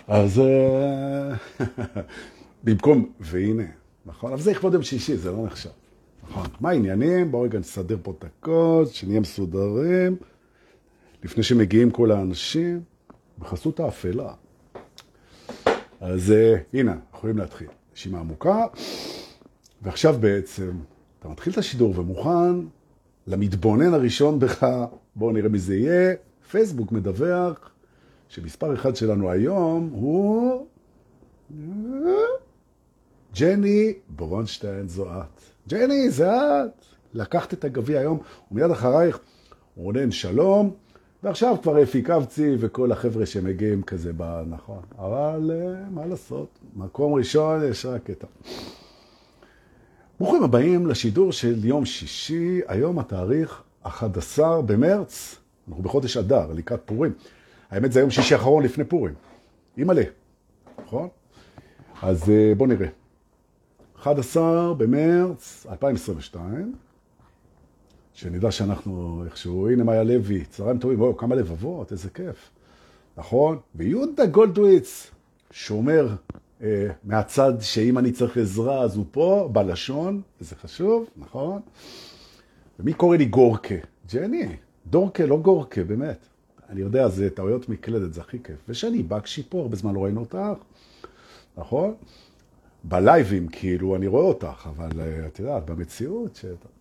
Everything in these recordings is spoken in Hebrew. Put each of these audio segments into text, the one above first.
אז במקום, והנה, נכון? אבל זה לכבוד יום שישי, זה לא נחשב. נכון. מה העניינים? בואו רגע נסדר פה את הכל, שנהיה מסודרים, לפני שמגיעים כל האנשים, בחסות האפלה. אז הנה, יכולים להתחיל. נשימה עמוקה, ועכשיו בעצם, אתה מתחיל את השידור ומוכן למתבונן הראשון בך, בואו נראה מי זה יהיה. פייסבוק מדווח שמספר אחד שלנו היום הוא ג'ני ברונשטיין, זו את. ג'ני, זה את. לקחת את הגביע היום, ומיד אחרייך רונן שלום, ועכשיו כבר אפי קבצי וכל החבר'ה שמגיעים כזה נכון. אבל מה לעשות? מקום ראשון יש רק את ברוכים הבאים לשידור של יום שישי, היום התאריך 11 במרץ, אנחנו בחודש אדר, לקראת פורים. האמת זה היום שישי האחרון לפני פורים. אימא'לה, נכון? אז בוא נראה. 11 במרץ 2022, שנדע שאנחנו איכשהו, הנה מאיה לוי, צהריים טובים, בואו, כמה לבבות, איזה כיף. נכון? ויהודה גולדוויץ, שאומר מהצד שאם אני צריך עזרה אז הוא פה, בלשון, וזה חשוב, נכון? ומי קורא לי גורקה? ג'ני, דורקה, לא גורקה, באמת. אני יודע, זה טעויות מקלדת, זה הכי כיף. ושני, בקשי פה, הרבה זמן לא ראינו אותך, נכון? בלייבים, כאילו, אני רואה אותך, אבל את יודעת, במציאות,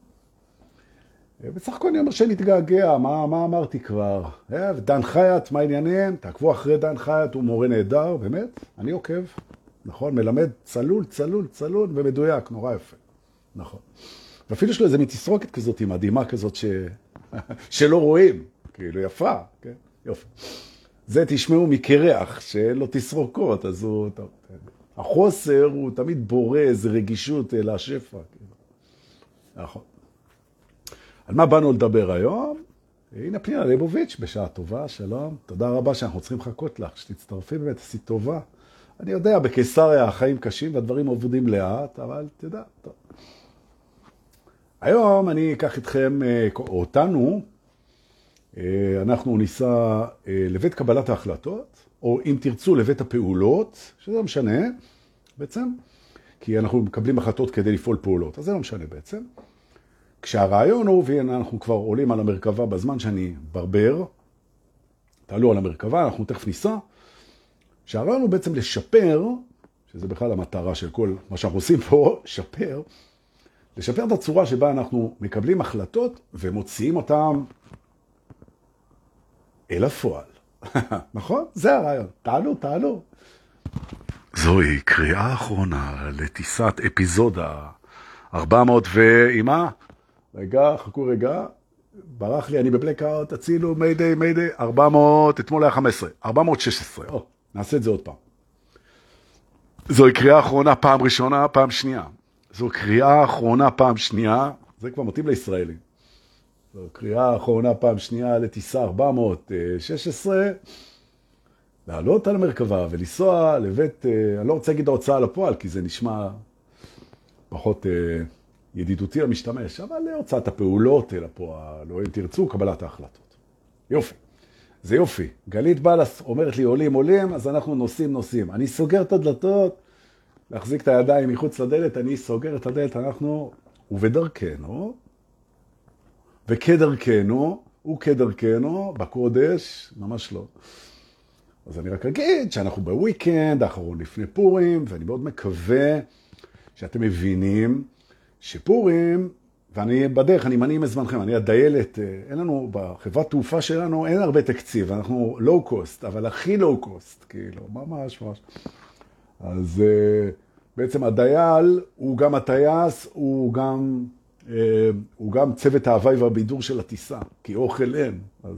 בסך הכל אני אומר שנתגעגע, מה אמרתי כבר? דן חיית, מה העניינים? תעקבו אחרי דן חיית, הוא מורה נהדר, באמת, אני עוקב, נכון? מלמד צלול, צלול, צלול ומדויק, נורא יפה, נכון. ואפילו יש לו איזה מתסרוקת כזאת, עם מדהימה כזאת שלא רואים, כאילו יפה, כן? יופי. זה תשמעו מקרח, שאין לו תסרוקות, אז הוא... החוסר הוא תמיד בורא איזה רגישות לשפע, כאילו. נכון. על מה באנו לדבר היום? הנה פנינה ליבוביץ' בשעה טובה, שלום. תודה רבה שאנחנו צריכים לחכות לך, שתצטרפי באמת, עשית טובה. אני יודע, בקיסריה החיים קשים והדברים עובדים לאט, אבל תדע, טוב. היום אני אקח אתכם, אותנו, אנחנו ניסע לבית קבלת ההחלטות, או אם תרצו לבית הפעולות, שזה לא משנה בעצם, כי אנחנו מקבלים החלטות כדי לפעול פעולות, אז זה לא משנה בעצם. כשהרעיון הוא, והנה אנחנו כבר עולים על המרכבה בזמן שאני ברבר, תעלו על המרכבה, אנחנו תכף ניסע, שהרעיון הוא בעצם לשפר, שזה בכלל המטרה של כל מה שאנחנו עושים פה, לשפר את הצורה שבה אנחנו מקבלים החלטות ומוציאים אותם אל הפועל. נכון? זה הרעיון. תעלו. זוהי קריאה אחרונה לטיסת אפיזודה 400 ואימה. רגע, חכו רגע. ברח לי, אני בבלקאוט, תצילו, מיידי, 400, אתמול היה 15, 416. נעשה את זה עוד פעם. זוהי קריאה אחרונה פעם ראשונה, פעם שנייה. זו קריאה אחרונה פעם שנייה, זה כבר מתאים לישראלים. זו קריאה אחרונה פעם שנייה לטיסה 416, לעלות על המרכבה ולנסוע לבית, אני לא רוצה להגיד ההוצאה לפועל, כי זה נשמע פחות ידידותי למשתמש, אבל להוצאת הפעולות לפועל, או אם תרצו, קבלת ההחלטות. יופי. זה יופי. גלית בלס אומרת לי, עולים, אז אנחנו נוסעים. אני סוגר את הדלתות, להחזיק את הידיים מחוץ לדלת, אני סוגר את הדלת, אנחנו, ובדרכנו, וכדרכנו, וכדרכנו, בקודש, ממש לא. אז אני רק אגיד שאנחנו בוויקנד האחרון לפני פורים, ואני מאוד מקווה שאתם מבינים שפורים, ואני בדרך, אני מניע מזמנכם, אני הדיילת, אין לנו, בחברת תעופה שלנו, אין הרבה תקציב, אנחנו לואו קוסט, אבל הכי לואו קוסט, כאילו, ממש. אז בעצם הדייל הוא גם הטייס, הוא גם צוות ההוואי והבידור של הטיסה, כי אוכל אין.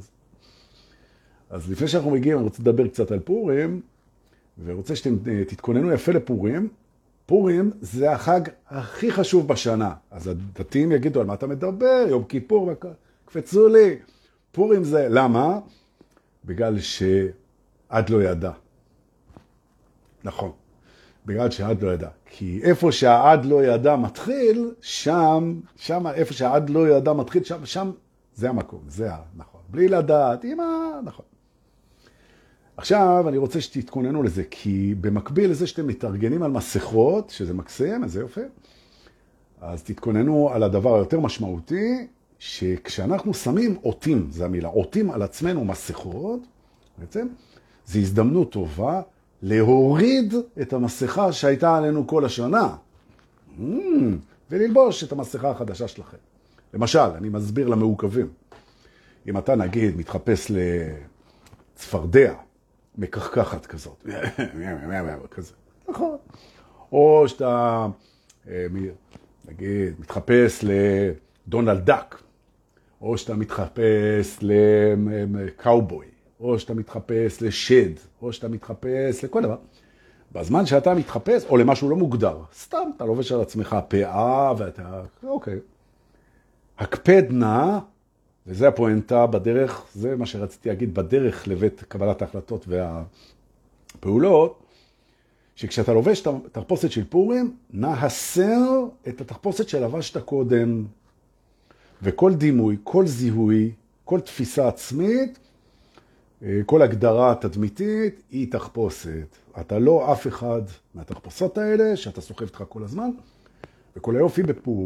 אז לפני שאנחנו מגיעים, אני רוצה לדבר קצת על פורים, ורוצה שאתם תתכוננו יפה לפורים. פורים זה החג הכי חשוב בשנה. אז הדתיים יגידו, על מה אתה מדבר? יום כיפור, קפצו לי. פורים זה, למה? בגלל שעד לא ידע. נכון. בגלל שעד לא ידע. כי איפה שהעד לא ידע מתחיל, שם איפה שהעד לא ידע מתחיל, שם זה המקום, זה נכון. בלי לדעת, נכון. עכשיו אני רוצה שתתכוננו לזה, כי במקביל לזה שאתם מתארגנים על מסכות, שזה מקסים, אז זה יופי, אז תתכוננו על הדבר היותר משמעותי, שכשאנחנו שמים עוטים, זה המילה, עוטים על עצמנו מסכות, בעצם, זו הזדמנות טובה להוריד את המסכה שהייתה עלינו כל השנה, וללבוש את המסכה החדשה שלכם. למשל, אני מסביר למעוכבים, אם אתה נגיד מתחפש לצפרדע, מקחקחת כזאת, כזה, נכון. או שאתה, נגיד, מתחפש לדונלד דק, או שאתה מתחפש לקאובוי, או שאתה מתחפש לשד, או שאתה מתחפש לכל דבר. בזמן שאתה מתחפש, או למשהו לא מוגדר, סתם, אתה לובש על עצמך פאה, ואתה, אוקיי. הקפד נע, וזה הפואנטה בדרך, זה מה שרציתי להגיד, בדרך לבית קבלת ההחלטות והפעולות, שכשאתה לובש את התחפושת של פורים, נהסר את התחפושת שלבשת קודם, וכל דימוי, כל זיהוי, כל תפיסה עצמית, כל הגדרה תדמיתית, היא תחפושת. אתה לא אף אחד מהתחפושות האלה, שאתה סוחב איתך כל הזמן, וכל היופי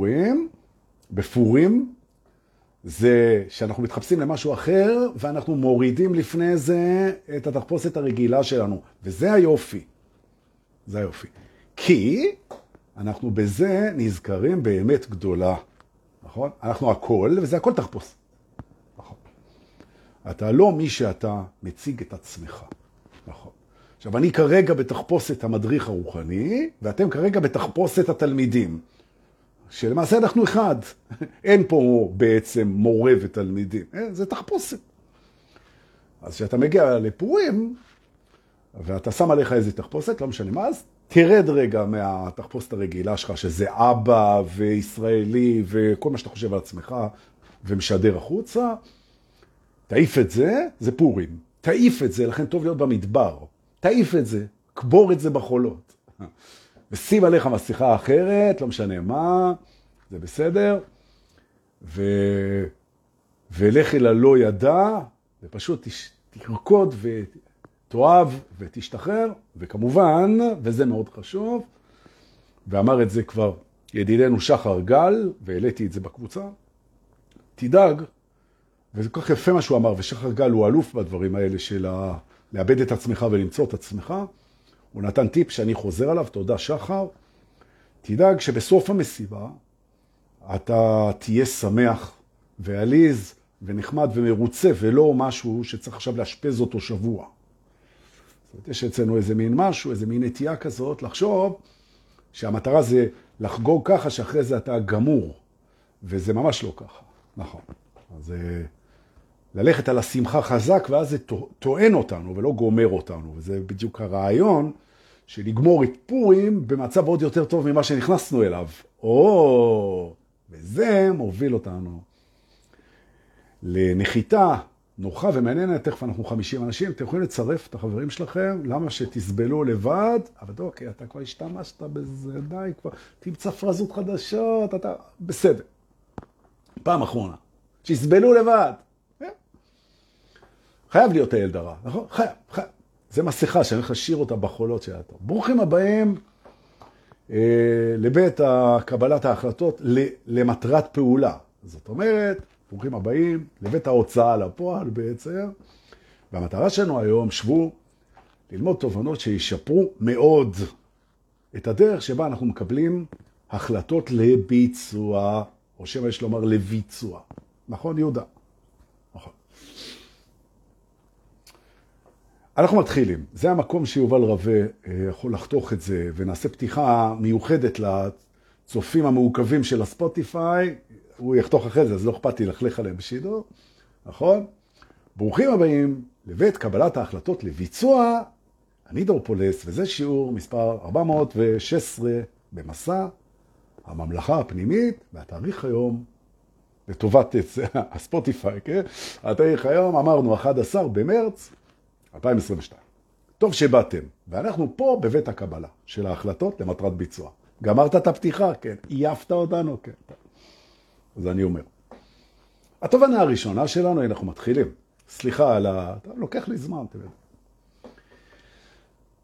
בפורים, זה שאנחנו מתחפשים למשהו אחר, ואנחנו מורידים לפני זה את התחפושת הרגילה שלנו. וזה היופי. זה היופי. כי אנחנו בזה נזכרים באמת גדולה. נכון? אנחנו הכל, וזה הכל תחפוש. נכון. אתה לא מי שאתה מציג את עצמך. נכון. עכשיו, אני כרגע בתחפושת המדריך הרוחני, ואתם כרגע בתחפושת התלמידים. שלמעשה אנחנו אחד. אין פה בעצם מורה ותלמידים. זה תחפושת. אז כשאתה מגיע לפורים, ואתה שם עליך איזה תחפושת, לא משנה מה, אז תרד רגע מהתחפושת הרגילה שלך, שזה אבא וישראלי וכל מה שאתה חושב על עצמך, ומשדר החוצה. תעיף את זה, זה פורים. תעיף את זה, לכן טוב להיות במדבר. תעיף את זה, קבור את זה בחולות. ושים עליך מסכה אחרת, לא משנה מה, זה בסדר. ולך אל הלא ידע, ופשוט תרקוד ותאהב ותשתחרר, וכמובן, וזה מאוד חשוב, ואמר את זה כבר ידידנו שחר גל, והעליתי את זה בקבוצה, תדאג, וזה כל כך יפה מה שהוא אמר, ושחר גל הוא אלוף בדברים האלה של לאבד את עצמך ולמצוא את עצמך, הוא נתן טיפ שאני חוזר עליו, תודה שחר, תדאג שבסוף המסיבה אתה תהיה שמח ועליז ונחמד ומרוצה, ולא משהו שצריך עכשיו להשפז אותו שבוע. זאת אומרת, יש אצלנו איזה מין משהו, איזה מין נטייה כזאת, לחשוב שהמטרה זה לחגוג ככה שאחרי זה אתה גמור, וזה ממש לא ככה, נכון. אז ללכת על השמחה חזק, ואז זה טוען אותנו ולא גומר אותנו, וזה בדיוק הרעיון של לגמור את פורים במצב עוד יותר טוב ממה שנכנסנו אליו. וזה מוביל אותנו לנחיתה נוחה ומעניינת. תכף אנחנו 50 אנשים, אתם יכולים לצרף את החברים שלכם, למה שתסבלו לבד, אבל אוקיי, אתה כבר השתמשת בזה, די כבר, תמצא פרזות חדשות, אתה בסדר. פעם אחרונה, שיסבלו לבד. חייב להיות הילד הרע, נכון? חייב. זה מסכה שאני הולך לשיר אותה בחולות של התור. ברוכים הבאים לבית קבלת ההחלטות למטרת פעולה. זאת אומרת, ברוכים הבאים לבית ההוצאה לפועל בעצם. והמטרה שלנו היום, שבו, ללמוד תובנות שישפרו מאוד את הדרך שבה אנחנו מקבלים החלטות לביצוע, או שמה יש לומר לביצוע. נכון, יהודה? נכון. אנחנו מתחילים. זה המקום שיובל רווה יכול לחתוך את זה, ונעשה פתיחה מיוחדת לצופים המעוכבים של הספוטיפיי. הוא יחתוך אחרי זה, אז לא אכפת לי ללכלך עליהם בשידור. נכון? ברוכים הבאים לבית קבלת ההחלטות לביצוע, אני דורפולס, וזה שיעור מספר 416 במסע הממלכה הפנימית, והתאריך היום, לטובת הספוטיפיי, כן? התאריך היום אמרנו 11 במרץ 2022. טוב שבאתם, ואנחנו פה בבית הקבלה של ההחלטות למטרת ביצוע. גמרת את הפתיחה? כן. עייפת אותנו? כן. אז אני אומר. התובנה הראשונה שלנו, אנחנו מתחילים. סליחה על לוקח לי זמן, אתם יודעים.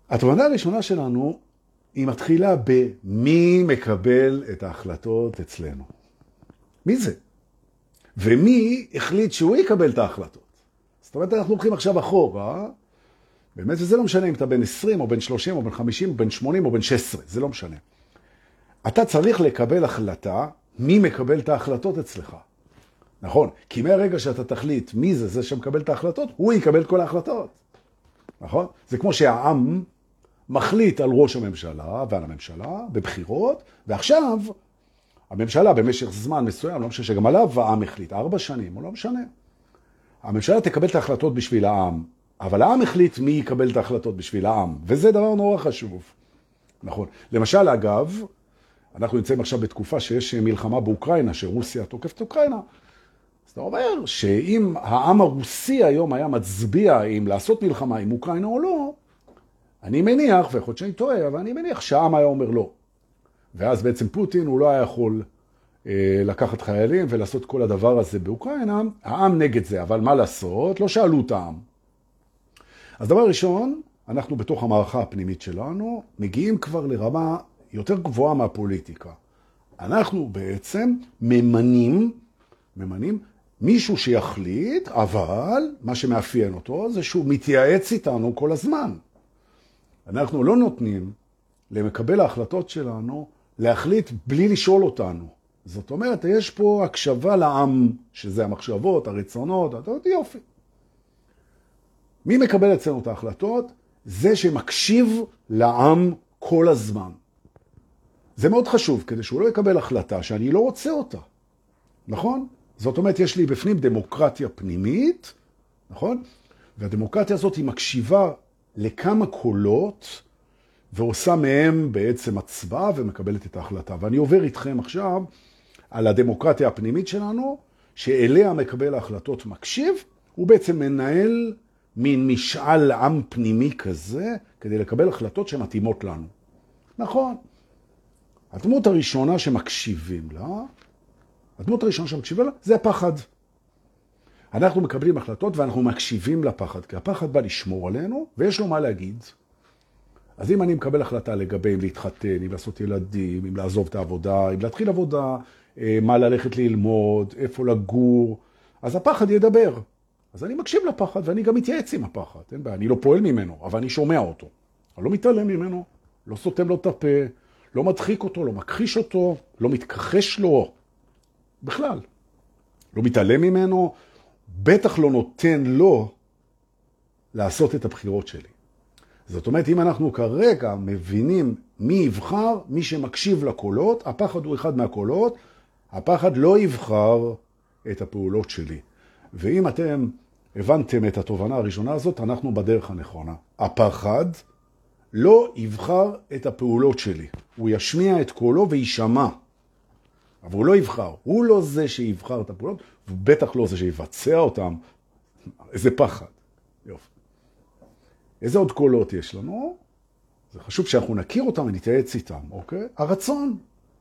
התובנה הראשונה שלנו היא מתחילה במי מקבל את ההחלטות אצלנו. מי זה? ומי החליט שהוא יקבל את ההחלטות? זאת אומרת, אנחנו הולכים עכשיו אחורה, באמת, וזה לא משנה אם אתה בן 20 או בן 30 או בן 50 או בן 80 או בן 16, זה לא משנה. אתה צריך לקבל החלטה, מי מקבל את ההחלטות אצלך. נכון? כי מהרגע שאתה תחליט מי זה שמקבל את ההחלטות, הוא יקבל כל ההחלטות. נכון? זה כמו שהעם מחליט על ראש הממשלה ועל הממשלה בבחירות, ועכשיו הממשלה במשך זמן מסוים, לא משנה שגם עליו העם החליט, 4 שנים, או לא משנה. הממשלה תקבל את ההחלטות בשביל העם, אבל העם החליט מי יקבל את ההחלטות בשביל העם, וזה דבר נורא חשוב. נכון. למשל, אגב, אנחנו נמצאים עכשיו בתקופה שיש מלחמה באוקראינה, שרוסיה תוקפת את אוקראינה. אז אתה אומר שאם העם הרוסי היום היה מצביע אם לעשות מלחמה עם אוקראינה או לא, אני מניח, ויכול להיות שאני טועה, אבל אני מניח שהעם היה אומר לא. ואז בעצם פוטין הוא לא היה יכול לקחת חיילים ולעשות כל הדבר הזה באוקראינה. העם נגד זה, אבל מה לעשות? לא שאלו את העם. אז דבר ראשון, אנחנו בתוך המערכה הפנימית שלנו מגיעים כבר לרמה יותר גבוהה מהפוליטיקה. אנחנו בעצם ממנים מישהו שיחליט, אבל מה שמאפיין אותו זה שהוא מתייעץ איתנו כל הזמן. אנחנו לא נותנים למקבל ההחלטות שלנו להחליט בלי לשאול אותנו. זאת אומרת, יש פה הקשבה לעם, שזה המחשבות, הרצונות, אתה יודע, יופי. מי מקבל אצלנו את ההחלטות? זה שמקשיב לעם כל הזמן. זה מאוד חשוב, כדי שהוא לא יקבל החלטה שאני לא רוצה אותה. נכון? זאת אומרת, יש לי בפנים דמוקרטיה פנימית, נכון? והדמוקרטיה הזאת היא מקשיבה לכמה קולות, ועושה מהם בעצם הצבעה ומקבלת את ההחלטה. ואני עובר איתכם עכשיו על הדמוקרטיה הפנימית שלנו, שאליה מקבל ההחלטות מקשיב, הוא בעצם מנהל מין משאל עם פנימי כזה, כדי לקבל החלטות שמתאימות לנו. נכון. הדמות הראשונה שמקשיבים לה, זה הפחד. אנחנו מקבלים החלטות ואנחנו מקשיבים לפחד, כי הפחד בא לשמור עלינו, ויש לו מה להגיד. אז אם אני מקבל החלטה לגבי אם להתחתן, אם לעשות ילדים, אם לעזוב את העבודה, אם להתחיל עבודה, מה ללכת ללמוד, איפה לגור, אז הפחד ידבר. אז אני מקשיב לפחד ואני גם מתייעץ עם הפחד. אין בעיה, אני לא פועל ממנו, אבל אני שומע אותו. אני לא מתעלם ממנו, לא סותם לו את הפה, לא מדחיק אותו, לא מכחיש אותו, לא מתכחש לו. בכלל. לא מתעלם ממנו, בטח לא נותן לו לעשות את הבחירות שלי. זאת אומרת, אם אנחנו כרגע מבינים מי יבחר, מי שמקשיב לקולות, הפחד הוא אחד מהקולות, הפחד לא יבחר את הפעולות שלי. ואם אתם הבנתם את התובנה הראשונה הזאת, אנחנו בדרך הנכונה. הפחד לא יבחר את הפעולות שלי. הוא ישמיע את קולו וישמע. אבל הוא לא יבחר. הוא לא זה שיבחר את הפעולות, ובטח לא זה שיבצע אותם. איזה פחד. יופי. איזה עוד קולות יש לנו? זה חשוב שאנחנו נכיר אותם ונתייעץ איתם, אוקיי? הרצון.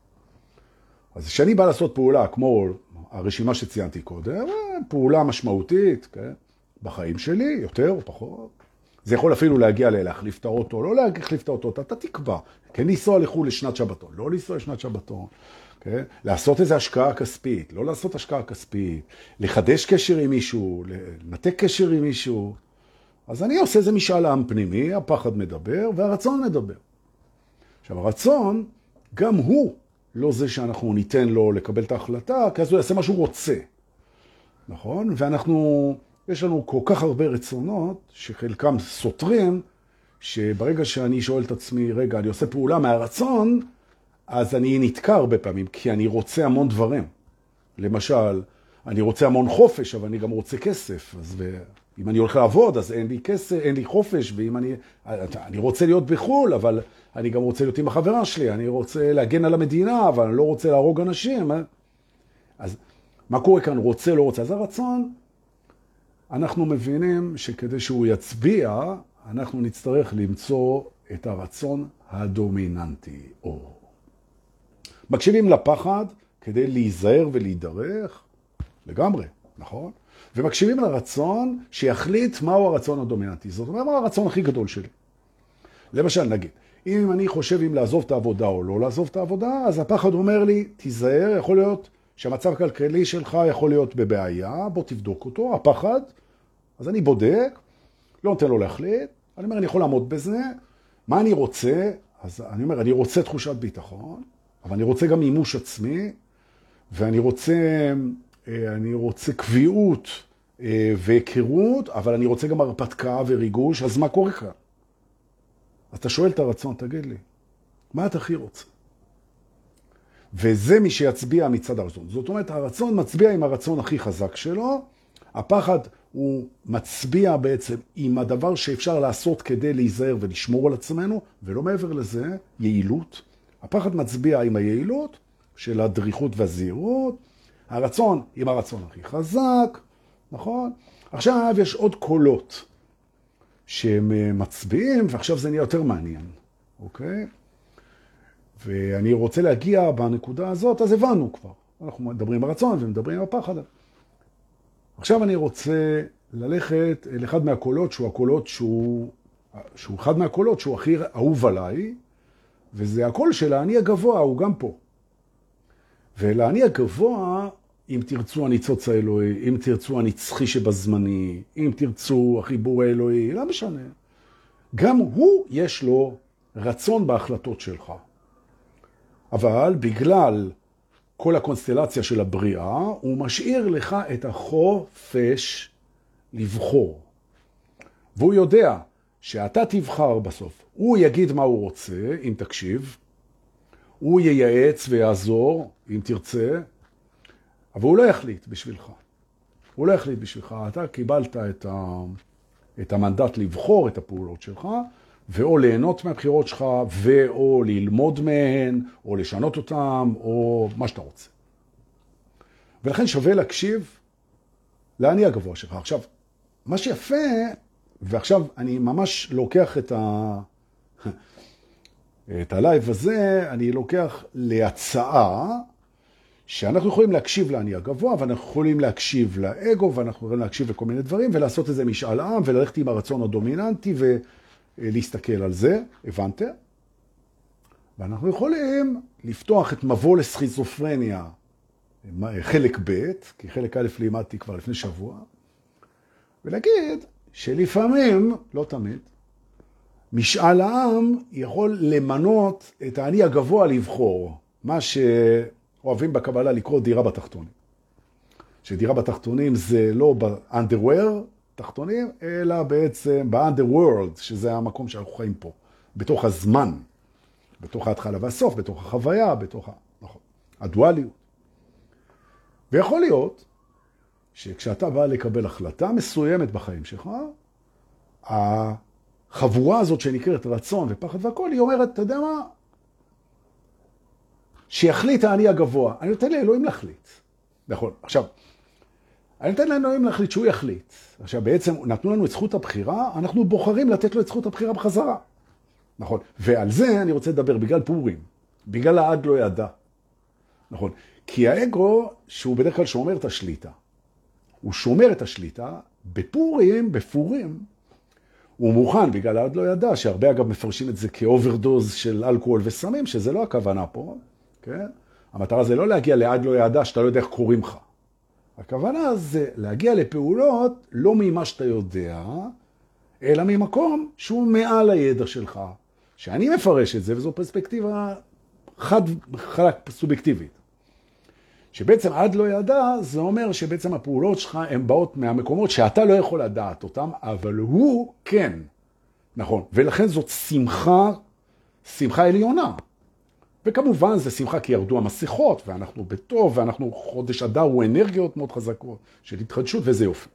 אז כשאני בא לעשות פעולה, כמו הרשימה שציינתי קודם, פעולה משמעותית, כן? בחיים שלי, יותר או פחות. זה יכול אפילו להגיע להחליף את האוטו, לא להחליף את האוטו, אתה תקבע. כן, לנסוע לחו"ל לשנת שבתון, לא לנסוע לשנת שבתון. כן? לעשות איזו השקעה כספית, לא לעשות השקעה כספית, לחדש קשר עם מישהו, לנתק קשר עם מישהו. אז אני עושה איזה משאל עם פנימי, הפחד מדבר והרצון מדבר. עכשיו, הרצון, גם הוא לא זה שאנחנו ניתן לו לקבל את ההחלטה, כי אז הוא יעשה מה שהוא רוצה. נכון? יש לנו כל כך הרבה רצונות, שחלקם סותרים, שברגע שאני שואל את עצמי, רגע, אני עושה פעולה מהרצון, אז אני נתקע הרבה פעמים, כי אני רוצה המון דברים. למשל, אני רוצה המון חופש, אבל אני גם רוצה כסף. אז אם אני הולך לעבוד, אז אין לי כסף, אין לי חופש, ואם אני רוצה להיות בחול, אבל אני גם רוצה להיות עם החברה שלי, אני רוצה להגן על המדינה, אבל אני לא רוצה להרוג אנשים. אז מה קורה כאן? רוצה, לא רוצה. אז הרצון, אנחנו מבינים שכדי שהוא יצביע, אנחנו נצטרך למצוא את הרצון הדומיננטי. מקשיבים לפחד כדי להיזהר ולהידרך, לגמרי, נכון? ומקשיבים לרצון שיחליט מהו הרצון הדומיננטי. זאת אומרת, מה הרצון הכי גדול שלי? למשל, נגיד, אם אני חושב אם לעזוב את העבודה או לא לעזוב את העבודה, אז הפחד אומר לי, תיזהר, יכול להיות שהמצב הכלכלי שלך יכול להיות בבעיה, בוא תבדוק אותו, הפחד, אז אני בודק, לא נותן לו להחליט, אני אומר, אני יכול לעמוד בזה, מה אני רוצה? אז אני אומר, אני רוצה תחושת ביטחון, אבל אני רוצה גם מימוש עצמי, ואני רוצה קביעות והיכרות, אבל אני רוצה גם הרפתקה וריגוש, אז מה קורה כאן? אז אתה שואל את הרצון, תגיד לי, מה אתה הכי רוצה? וזה מי שיצביע מצד הרצון. זאת אומרת, הרצון מצביע עם הרצון הכי חזק שלו, הפחד הוא מצביע בעצם עם הדבר שאפשר לעשות כדי להיזהר ולשמור על עצמנו, ולא מעבר לזה, יעילות. הפחד מצביע עם היעילות של הדריכות והזהירות, הרצון עם הרצון הכי חזק, נכון? עכשיו יש עוד קולות שהם מצביעים, ועכשיו זה נהיה יותר מעניין, אוקיי? ואני רוצה להגיע בנקודה הזאת, אז הבנו כבר. אנחנו מדברים ברצון ומדברים בפחד. עכשיו אני רוצה ללכת אל אחד מהקולות, שהוא אחד מהקולות שהוא הכי אהוב עליי, וזה הקול של האני הגבוה, הוא גם פה. ולאני הגבוה, אם תרצו הניצוץ האלוהי, אם תרצו הנצחי שבזמני, אם תרצו החיבור האלוהי, לא משנה. גם הוא יש לו רצון בהחלטות שלך. אבל בגלל כל הקונסטלציה של הבריאה, הוא משאיר לך את החופש לבחור. והוא יודע שאתה תבחר בסוף. הוא יגיד מה הוא רוצה, אם תקשיב. הוא ייעץ ויעזור, אם תרצה. אבל הוא לא יחליט בשבילך. הוא לא יחליט בשבילך. אתה קיבלת את המנדט לבחור את הפעולות שלך, ואו ליהנות מהבחירות שלך, ואו ללמוד מהן, או לשנות אותן, או מה שאתה רוצה. ולכן שווה להקשיב לאני הגבוה שלך. עכשיו, מה שיפה, ועכשיו אני ממש לוקח את הלייב הזה, אני לוקח להצעה, שאנחנו יכולים להקשיב לאני הגבוה, ואנחנו יכולים להקשיב לאגו, ואנחנו יכולים להקשיב לכל מיני דברים, ולעשות איזה משאל עם, וללכת עם הרצון הדומיננטי, ולהסתכל על זה, הבנתם? ואנחנו יכולים לפתוח את מבוא לסכיזופרניה, חלק ב', כי חלק א' לימדתי כבר לפני שבוע, ולהגיד שלפעמים, לא תמיד, משאל העם יכול למנות את האני הגבוה לבחור, מה שאוהבים בקבלה לקרוא דירה בתחתונים. שדירה בתחתונים זה לא ב-underwear תחתונים, אלא בעצם ב-underworld, שזה המקום שאנחנו חיים פה, בתוך הזמן, בתוך ההתחלה והסוף, בתוך החוויה, בתוך הדואליות. ויכול להיות שכשאתה בא לקבל החלטה מסוימת בחיים שלך, החבורה הזאת שנקראת רצון ופחד והכל, היא אומרת, אתה יודע מה? שיחליט האני הגבוה. אני נותן לאלוהים להחליט. נכון. עכשיו, אני נותן לאלוהים להחליט שהוא יחליט. עכשיו, בעצם נתנו לנו את זכות הבחירה, אנחנו בוחרים לתת לו את זכות הבחירה בחזרה. נכון. ועל זה אני רוצה לדבר בגלל פורים. בגלל העד לא ידע. נכון. כי האגו, שהוא בדרך כלל שומר את השליטה. הוא שומר את השליטה בפורים, הוא מוכן, בגלל העד לא ידע, שהרבה אגב מפרשים את זה כאוברדוז של אלכוהול וסמים, שזה לא הכוונה פה, כן? המטרה זה לא להגיע לעד לא ידע, שאתה לא יודע איך קוראים לך. הכוונה זה להגיע לפעולות לא ממה שאתה יודע, אלא ממקום שהוא מעל הידע שלך. שאני מפרש את זה, וזו פרספקטיבה חד סובייקטיבית. שבעצם עד לא ידע, זה אומר שבעצם הפעולות שלך הן באות מהמקומות שאתה לא יכול לדעת אותם, אבל הוא כן. נכון. ולכן זאת שמחה עליונה. וכמובן זה שמחה כי ירדו המסכות, ואנחנו בטוב, ואנחנו חודש אדר הוא אנרגיות מאוד חזקות של התחדשות, וזה יופי.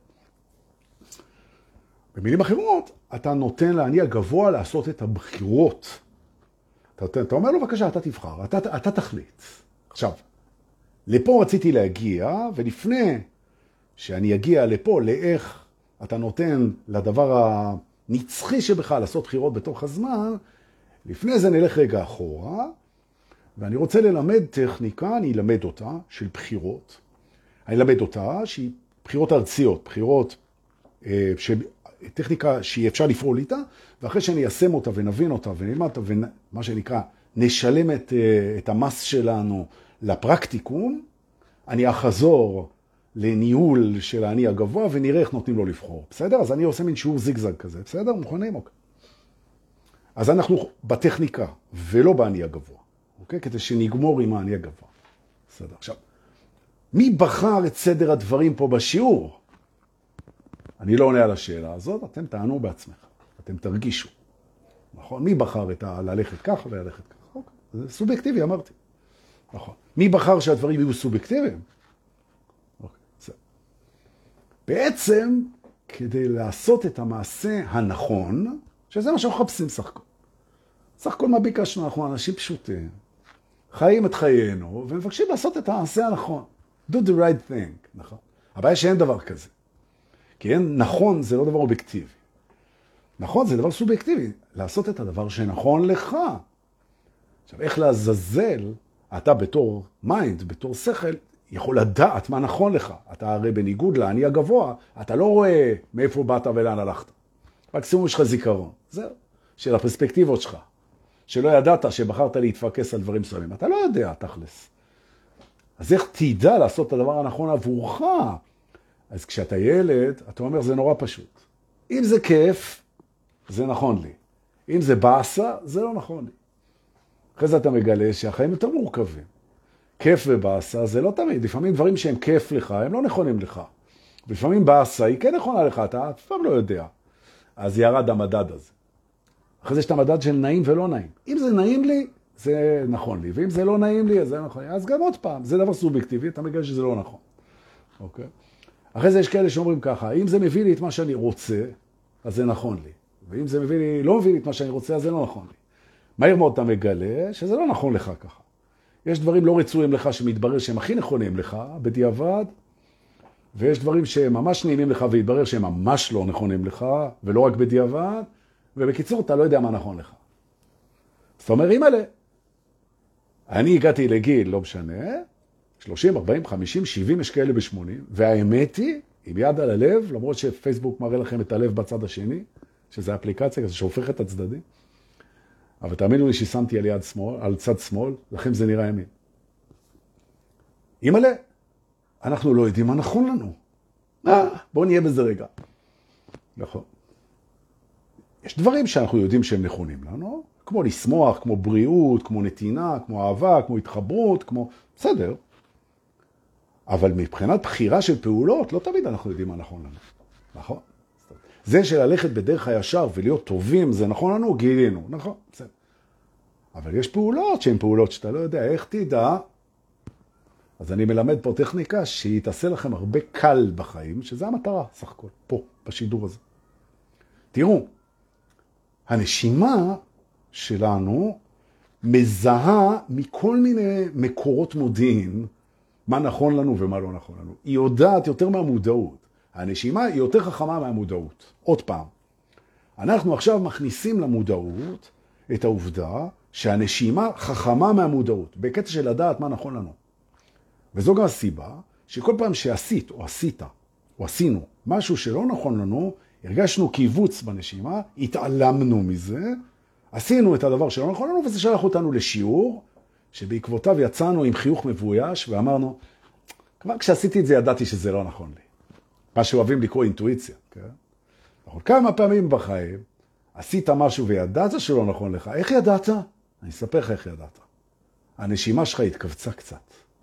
במילים אחרות, אתה נותן לאני הגבוה לעשות את הבחירות. אתה אומר לו, בבקשה, אתה תבחר, אתה תחליט. עכשיו, לפה רציתי להגיע, ולפני שאני אגיע לפה, לאיך אתה נותן לדבר הנצחי שבך לעשות בחירות בתוך הזמן, לפני זה נלך רגע אחורה, ואני רוצה ללמד טכניקה, אני אלמד אותה, של בחירות. אני אלמד אותה שהיא בחירות ארציות, בחירות טכניקה שהיא אפשר לפעול איתה, ואחרי שאני איישם אותה ונבין אותה ונלמד אותה, ומה שנקרא, נשלם את המס שלנו לפרקטיקום, אני אחזור לניהול של האני הגבוה, ונראה איך נותנים לו לבחור. בסדר? אז אני עושה מין שיעור זיגזג כזה. בסדר? מוכנים? אוקיי. אז אנחנו בטכניקה, ולא באני הגבוה. אוקיי? כדי שנגמור עם האני הגבוה. בסדר. עכשיו, מי בחר את סדר הדברים פה בשיעור? אני לא עונה על השאלה הזאת, אתם תענו בעצמך. אתם תרגישו. נכון? מי בחר את ללכת כך וללכת כך? אוקיי. זה סובייקטיבי, אמרתי. נכון. מי בחר שהדברים יהיו סובייקטיביים? בעצם, כדי לעשות את המעשה הנכון, שזה מה שאנחנו חפשים סך הכל. סך הכל מה ביקשנו, אנחנו אנשים פשוטים, חיים את חיינו, ומבקשים לעשות את המעשה הנכון. Do the right thing, נכון? הבעיה שאין דבר כזה. כי אין נכון זה לא דבר אובייקטיבי. נכון זה דבר סובייקטיבי, לעשות את הדבר שנכון לך. עכשיו, איך לעזאזל, אתה בתור מיינד, בתור שכל, יכול לדעת מה נכון לך. אתה הרי בניגוד לאני הגבוה, אתה לא רואה מאיפה באת ולאן הלכת. מקסימום יש לך זיכרון. זהו. של הפרספקטיבות שלך. שלא ידעת שבחרת להתפקס על דברים מסוימים. אתה לא יודע, תכלס. אז איך תדע לעשות את הדבר הנכון עבורך? אז כשאתה ילד, אתה אומר, זה נורא פשוט. אם זה כיף, זה נכון לי. אם זה בעשה, זה לא נכון לי. אחרי זה אתה מגלה שהחיים יותר מורכבים. כיף ובעשה זה לא תמיד. לפעמים דברים שהם כיף לך, הם לא נכונים לך. ולפעמים בעשה היא כן נכונה לך, אתה אף פעם לא יודע. אז ירד המדד הזה. אחרי זה יש את המדד של נעים ולא נעים. אם זה נעים לי, זה נכון לי. ואם זה לא נעים לי, אז זה נכון לי. אז גם עוד פעם, זה דבר סובייקטיבי, אתה מגלה שזה לא נכון. אוקיי? אחרי זה יש כאלה שאומרים ככה, אם זה מביא לי את מה שאני רוצה, אז זה נכון לי. ואם זה לא מביא לי את מה שאני רוצה, אז זה לא נכון לי. מהר מאוד אתה מגלה שזה לא נכון לך ככה. יש דברים לא רצויים לך שמתברר שהם הכי נכונים לך, בדיעבד, ויש דברים שהם ממש נעימים לך והתברר שהם ממש לא נכונים לך, ולא רק בדיעבד, ובקיצור אתה לא יודע מה נכון לך. זאת אומרת, אימאלה, אני הגעתי לגיל, לא משנה, 30, 40, 50, 70, יש כאלה ב-80, והאמת היא, עם יד על הלב, למרות שפייסבוק מראה לכם את הלב בצד השני, שזה אפליקציה כזה שהופך את הצדדים, אבל תאמינו לי ששמתי על יד שמאל, על צד שמאל, לכם זה נראה ימין. אימאלה, אנחנו לא יודעים מה נכון לנו. בואו נהיה בזה רגע. נכון. יש דברים שאנחנו יודעים שהם נכונים לנו, כמו לשמוח, כמו בריאות, כמו נתינה, כמו אהבה, כמו התחברות, כמו... בסדר. אבל מבחינת בחירה של פעולות, לא תמיד אנחנו יודעים מה נכון לנו. נכון? זה של ללכת בדרך הישר ולהיות טובים, זה נכון לנו, גילינו. נכון? בסדר. אבל יש פעולות שהן פעולות שאתה לא יודע איך תדע. אז אני מלמד פה טכניקה שהיא תעשה לכם הרבה קל בחיים, שזה המטרה, סך הכל, פה, בשידור הזה. תראו, הנשימה שלנו מזהה מכל מיני מקורות מודיעין מה נכון לנו ומה לא נכון לנו. היא יודעת יותר מהמודעות. הנשימה היא יותר חכמה מהמודעות. עוד פעם, אנחנו עכשיו מכניסים למודעות את העובדה שהנשימה חכמה מהמודעות, בקטע של לדעת מה נכון לנו. וזו גם הסיבה שכל פעם שעשית או עשית או עשינו משהו שלא נכון לנו, הרגשנו קיבוץ בנשימה, התעלמנו מזה, עשינו את הדבר שלא נכון לנו, וזה שלח אותנו לשיעור, שבעקבותיו יצאנו עם חיוך מבויש, ואמרנו, כבר כשעשיתי את זה ידעתי שזה לא נכון לי. מה שאוהבים לקרוא אינטואיציה. כן? נכון, כמה פעמים בחיים עשית משהו וידעת שלא נכון לך. איך ידעת? אני אספר לך איך ידעת. הנשימה שלך התכווצה קצת.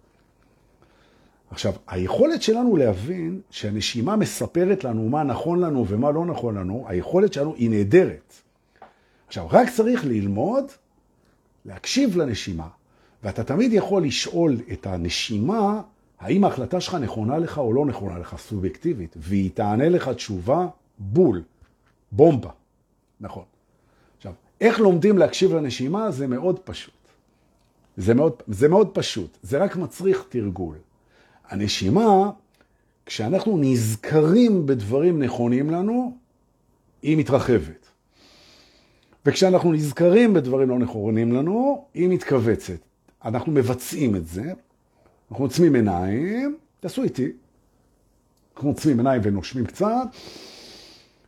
עכשיו, היכולת שלנו להבין שהנשימה מספרת לנו מה נכון לנו ומה לא נכון לנו, היכולת שלנו היא נהדרת. עכשיו, רק צריך ללמוד, להקשיב לנשימה, ואתה תמיד יכול לשאול את הנשימה, האם ההחלטה שלך נכונה לך או לא נכונה לך, סובייקטיבית, והיא תענה לך תשובה בול, בומבה. נכון. עכשיו, איך לומדים להקשיב לנשימה? זה מאוד פשוט. זה מאוד פשוט. זה רק מצריך תרגול. הנשימה, כשאנחנו נזכרים בדברים נכונים לנו, היא מתרחבת. וכשאנחנו נזכרים בדברים לא נכונים לנו, היא מתכווצת. אנחנו מבצעים את זה. אנחנו עוצמים עיניים, תעשו איתי. אנחנו עוצמים עיניים ונושמים קצת,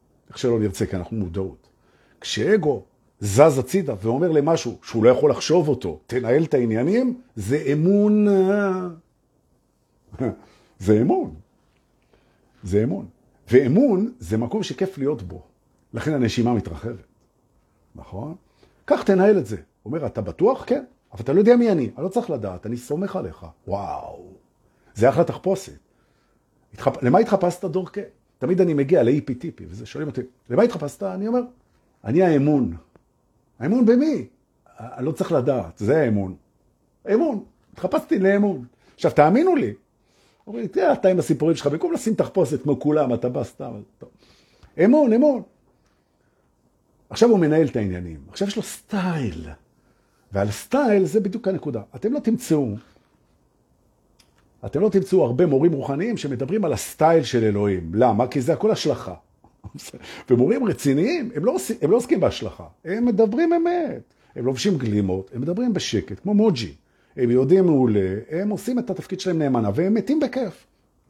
איך שלא נרצה, כי אנחנו מודעות. כשאגו זז הצידה ואומר למשהו שהוא לא יכול לחשוב אותו, תנהל את העניינים, זה אמון. זה אמון. זה אמון. ואמון זה מקום שכיף להיות בו. לכן הנשימה מתרחבת. נכון? כך תנהל את זה. הוא אומר, אתה בטוח? כן. אבל אתה לא יודע מי אני לא צריך לדעת, אני סומך עליך. וואו. זה אחלה תחפושת. למה התחפשת דורקה? תמיד אני מגיע לאיפי טיפי, וזה שואלים אותי, למה התחפשת? אני אומר, אני האמון. האמון במי? אני לא צריך לדעת, זה האמון. אמון. התחפשתי לאמון. עכשיו, תאמינו לי. אומרים לי, תראה, אתה עם הסיפורים שלך, במקום לשים תחפושת כמו כולם, אתה בא סתם. אמון, אמון. עכשיו הוא מנהל את העניינים. עכשיו יש לו סטייל. ועל סטייל זה בדיוק הנקודה. אתם לא תמצאו הרבה מורים רוחניים שמדברים על הסטייל של אלוהים. למה? כי זה הכל השלכה. ומורים רציניים, הם לא עוסקים בהשלכה. הם מדברים אמת. הם לובשים גלימות, הם מדברים בשקט, כמו מוג'י. הם יודעים מעולה, הם עושים את התפקיד שלהם נאמנה, והם מתים בכיף.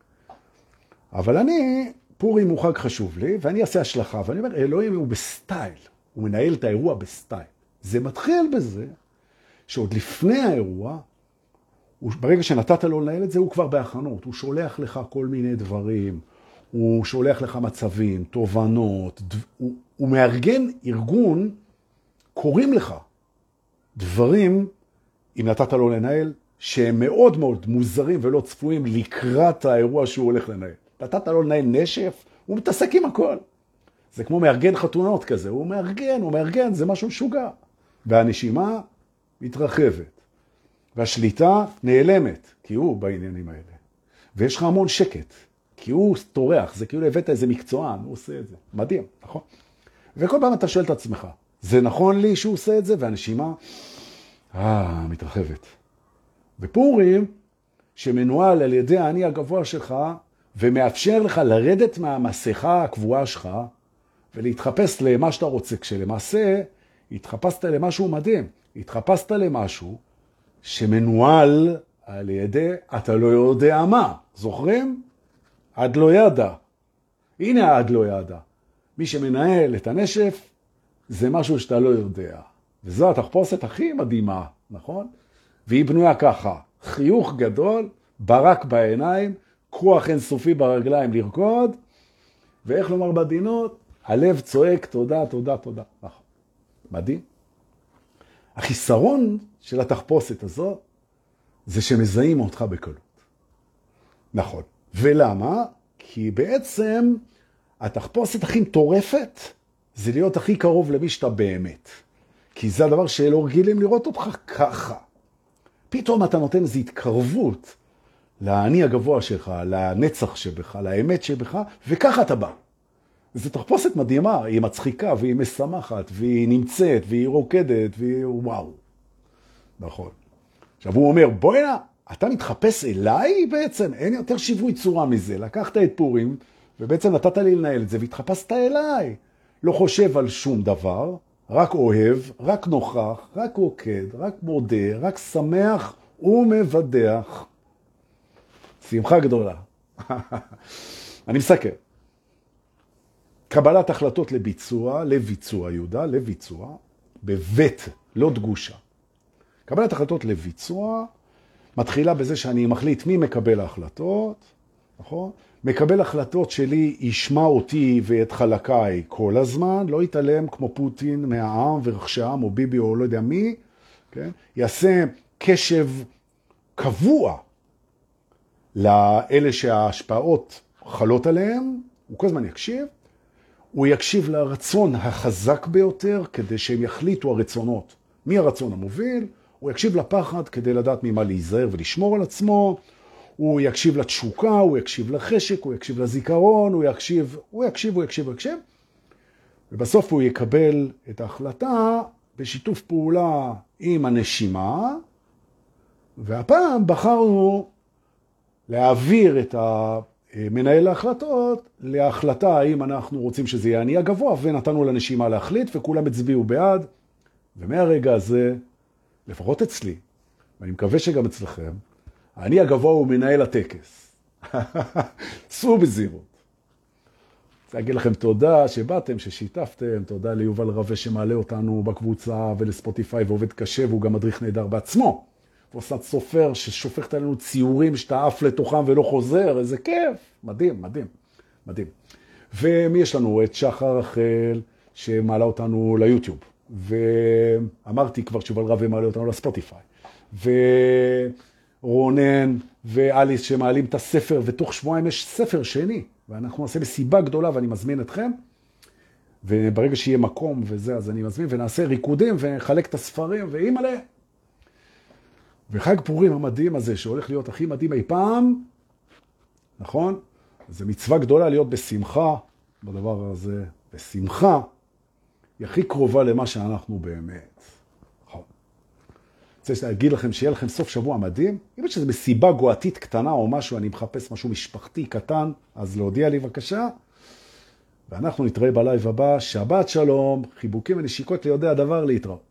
אבל אני, פורים הוא חג חשוב לי, ואני אעשה השלכה, ואני אומר, אלוהים הוא בסטייל. הוא מנהל את האירוע בסטייל. זה מתחיל בזה, שעוד לפני האירוע, ברגע שנתת לו לנהל את זה, הוא כבר בהכנות. הוא שולח לך כל מיני דברים, הוא שולח לך מצבים, תובנות, הוא מארגן ארגון, קוראים לך דברים, אם נתת לו לנהל, שהם מאוד מאוד מוזרים ולא צפויים לקראת האירוע שהוא הולך לנהל. נתת לו לנהל נשף, הוא מתעסק עם הכל. זה כמו מארגן חתונות כזה, הוא מארגן, זה משהו משוגע. והנשימה מתרחבת. והשליטה נעלמת, כי הוא בעניינים האלה. ויש לך המון שקט, כי הוא תורח, זה כאילו הבאת איזה מקצוען, הוא עושה את זה. מדהים, נכון? וכל פעם אתה שואל את עצמך, זה נכון לי שהוא עושה את זה? והנשימה, מתרחבת. בפורים, שמנוהל על ידי האני הגבוה שלך, ומאפשר לך לרדת מהמסכה הקבועה שלך, ולהתחפש למה שאתה רוצה, כשלמעשה התחפשת למשהו מדהים. התחפשת למשהו שמנוהל על ידי אתה לא יודע מה. זוכרים? עד לא ידע. הנה עד לא ידע. מי שמנהל את הנשף זה משהו שאתה לא יודע. וזו התחפושת הכי מדהימה, נכון? והיא בנויה ככה. חיוך גדול, ברק בעיניים, כוח אינסופי ברגליים לרקוד, ואיך לומר בדינות? הלב צועק תודה, תודה, תודה. נכון. מדהים. החיסרון של התחפושת הזאת זה שמזהים אותך בקלות. נכון. ולמה? כי בעצם התחפושת הכי מטורפת זה להיות הכי קרוב למי שאתה באמת. כי זה הדבר שלא רגילים לראות אותך ככה. פתאום אתה נותן איזו התקרבות לעני הגבוה שלך, לנצח שבך, לאמת שבך, וככה אתה בא. זו תחפושת מדהימה, היא מצחיקה והיא משמחת, והיא נמצאת, והיא רוקדת, והיא וואו. נכון. עכשיו הוא אומר, בואי הנה, אתה מתחפש אליי בעצם? אין יותר שיווי צורה מזה. לקחת את פורים, ובעצם נתת לי לנהל את זה, והתחפשת אליי. לא חושב על שום דבר, רק אוהב, רק נוכח, רק רוקד, רק מודה, רק שמח ומבדח. שמחה גדולה. אני מסכם. קבלת החלטות לביצוע, יהודה, לביצוע, בבית, לא דגושה. קבלת החלטות לביצוע מתחילה בזה שאני מחליט מי מקבל ההחלטות, נכון? מקבל החלטות שלי ישמע אותי ואת חלקיי כל הזמן, לא יתעלם כמו פוטין מהעם ורחשי העם או ביבי או לא יודע מי, כן? יעשה קשב קבוע לאלה שההשפעות חלות עליהם, הוא כל הזמן יקשיב, הוא יקשיב לרצון החזק ביותר כדי שהם יחליטו הרצונות. מי הרצון המוביל? הוא יקשיב לפחד כדי לדעת ממה להיזהר ולשמור על עצמו, הוא יקשיב לתשוקה, הוא יקשיב לחשק, הוא יקשיב לזיכרון, הוא יקשיב, ובסוף הוא יקבל את ההחלטה בשיתוף פעולה עם הנשימה, והפעם בחרנו להעביר את מנהל ההחלטות להחלטה האם אנחנו רוצים שזה יהיה אני הגבוה, ונתנו לנשימה להחליט וכולם הצביעו בעד, ומהרגע הזה, לפחות אצלי, ואני מקווה שגם אצלכם, אני הגבוה הוא מנהל הטקס. סעו בזהירות. רוצה להגיד לכם תודה שבאתם, ששיתפתם, תודה ליובל רווה שמעלה אותנו בקבוצה ולספוטיפיי ועובד קשה, והוא גם מדריך נהדר בעצמו. ועושה סופר ששופכת עלינו ציורים שאתה עף לתוכם ולא חוזר, איזה כיף, מדהים, מדהים, מדהים. ומי יש לנו? את שחר רחל שמעלה אותנו ליוטיוב, ואמרתי כבר שיובל רווה מעלה אותנו לספוטיפיי, ורונן ואליס שמעלים את הספר, ותוך שבועיים יש ספר שני, ואנחנו נעשה מסיבה גדולה ואני מזמין אתכם, וברגע שיהיה מקום וזה, אז אני מזמין ונעשה ריקודים ונחלק את הספרים, ואם עליה. וחג פורים המדהים הזה, שהולך להיות הכי מדהים אי פעם, נכון? זו מצווה גדולה להיות בשמחה, בדבר הזה, בשמחה, היא הכי קרובה למה שאנחנו באמת. נכון. רוצה להגיד לכם שיהיה לכם סוף שבוע מדהים, אם יש איזו מסיבה גואתית קטנה או משהו, אני מחפש משהו משפחתי קטן, אז להודיע לי בבקשה, ואנחנו נתראה בלייב הבא, שבת שלום, חיבוקים ונשיקות ליודעי הדבר, להתראות.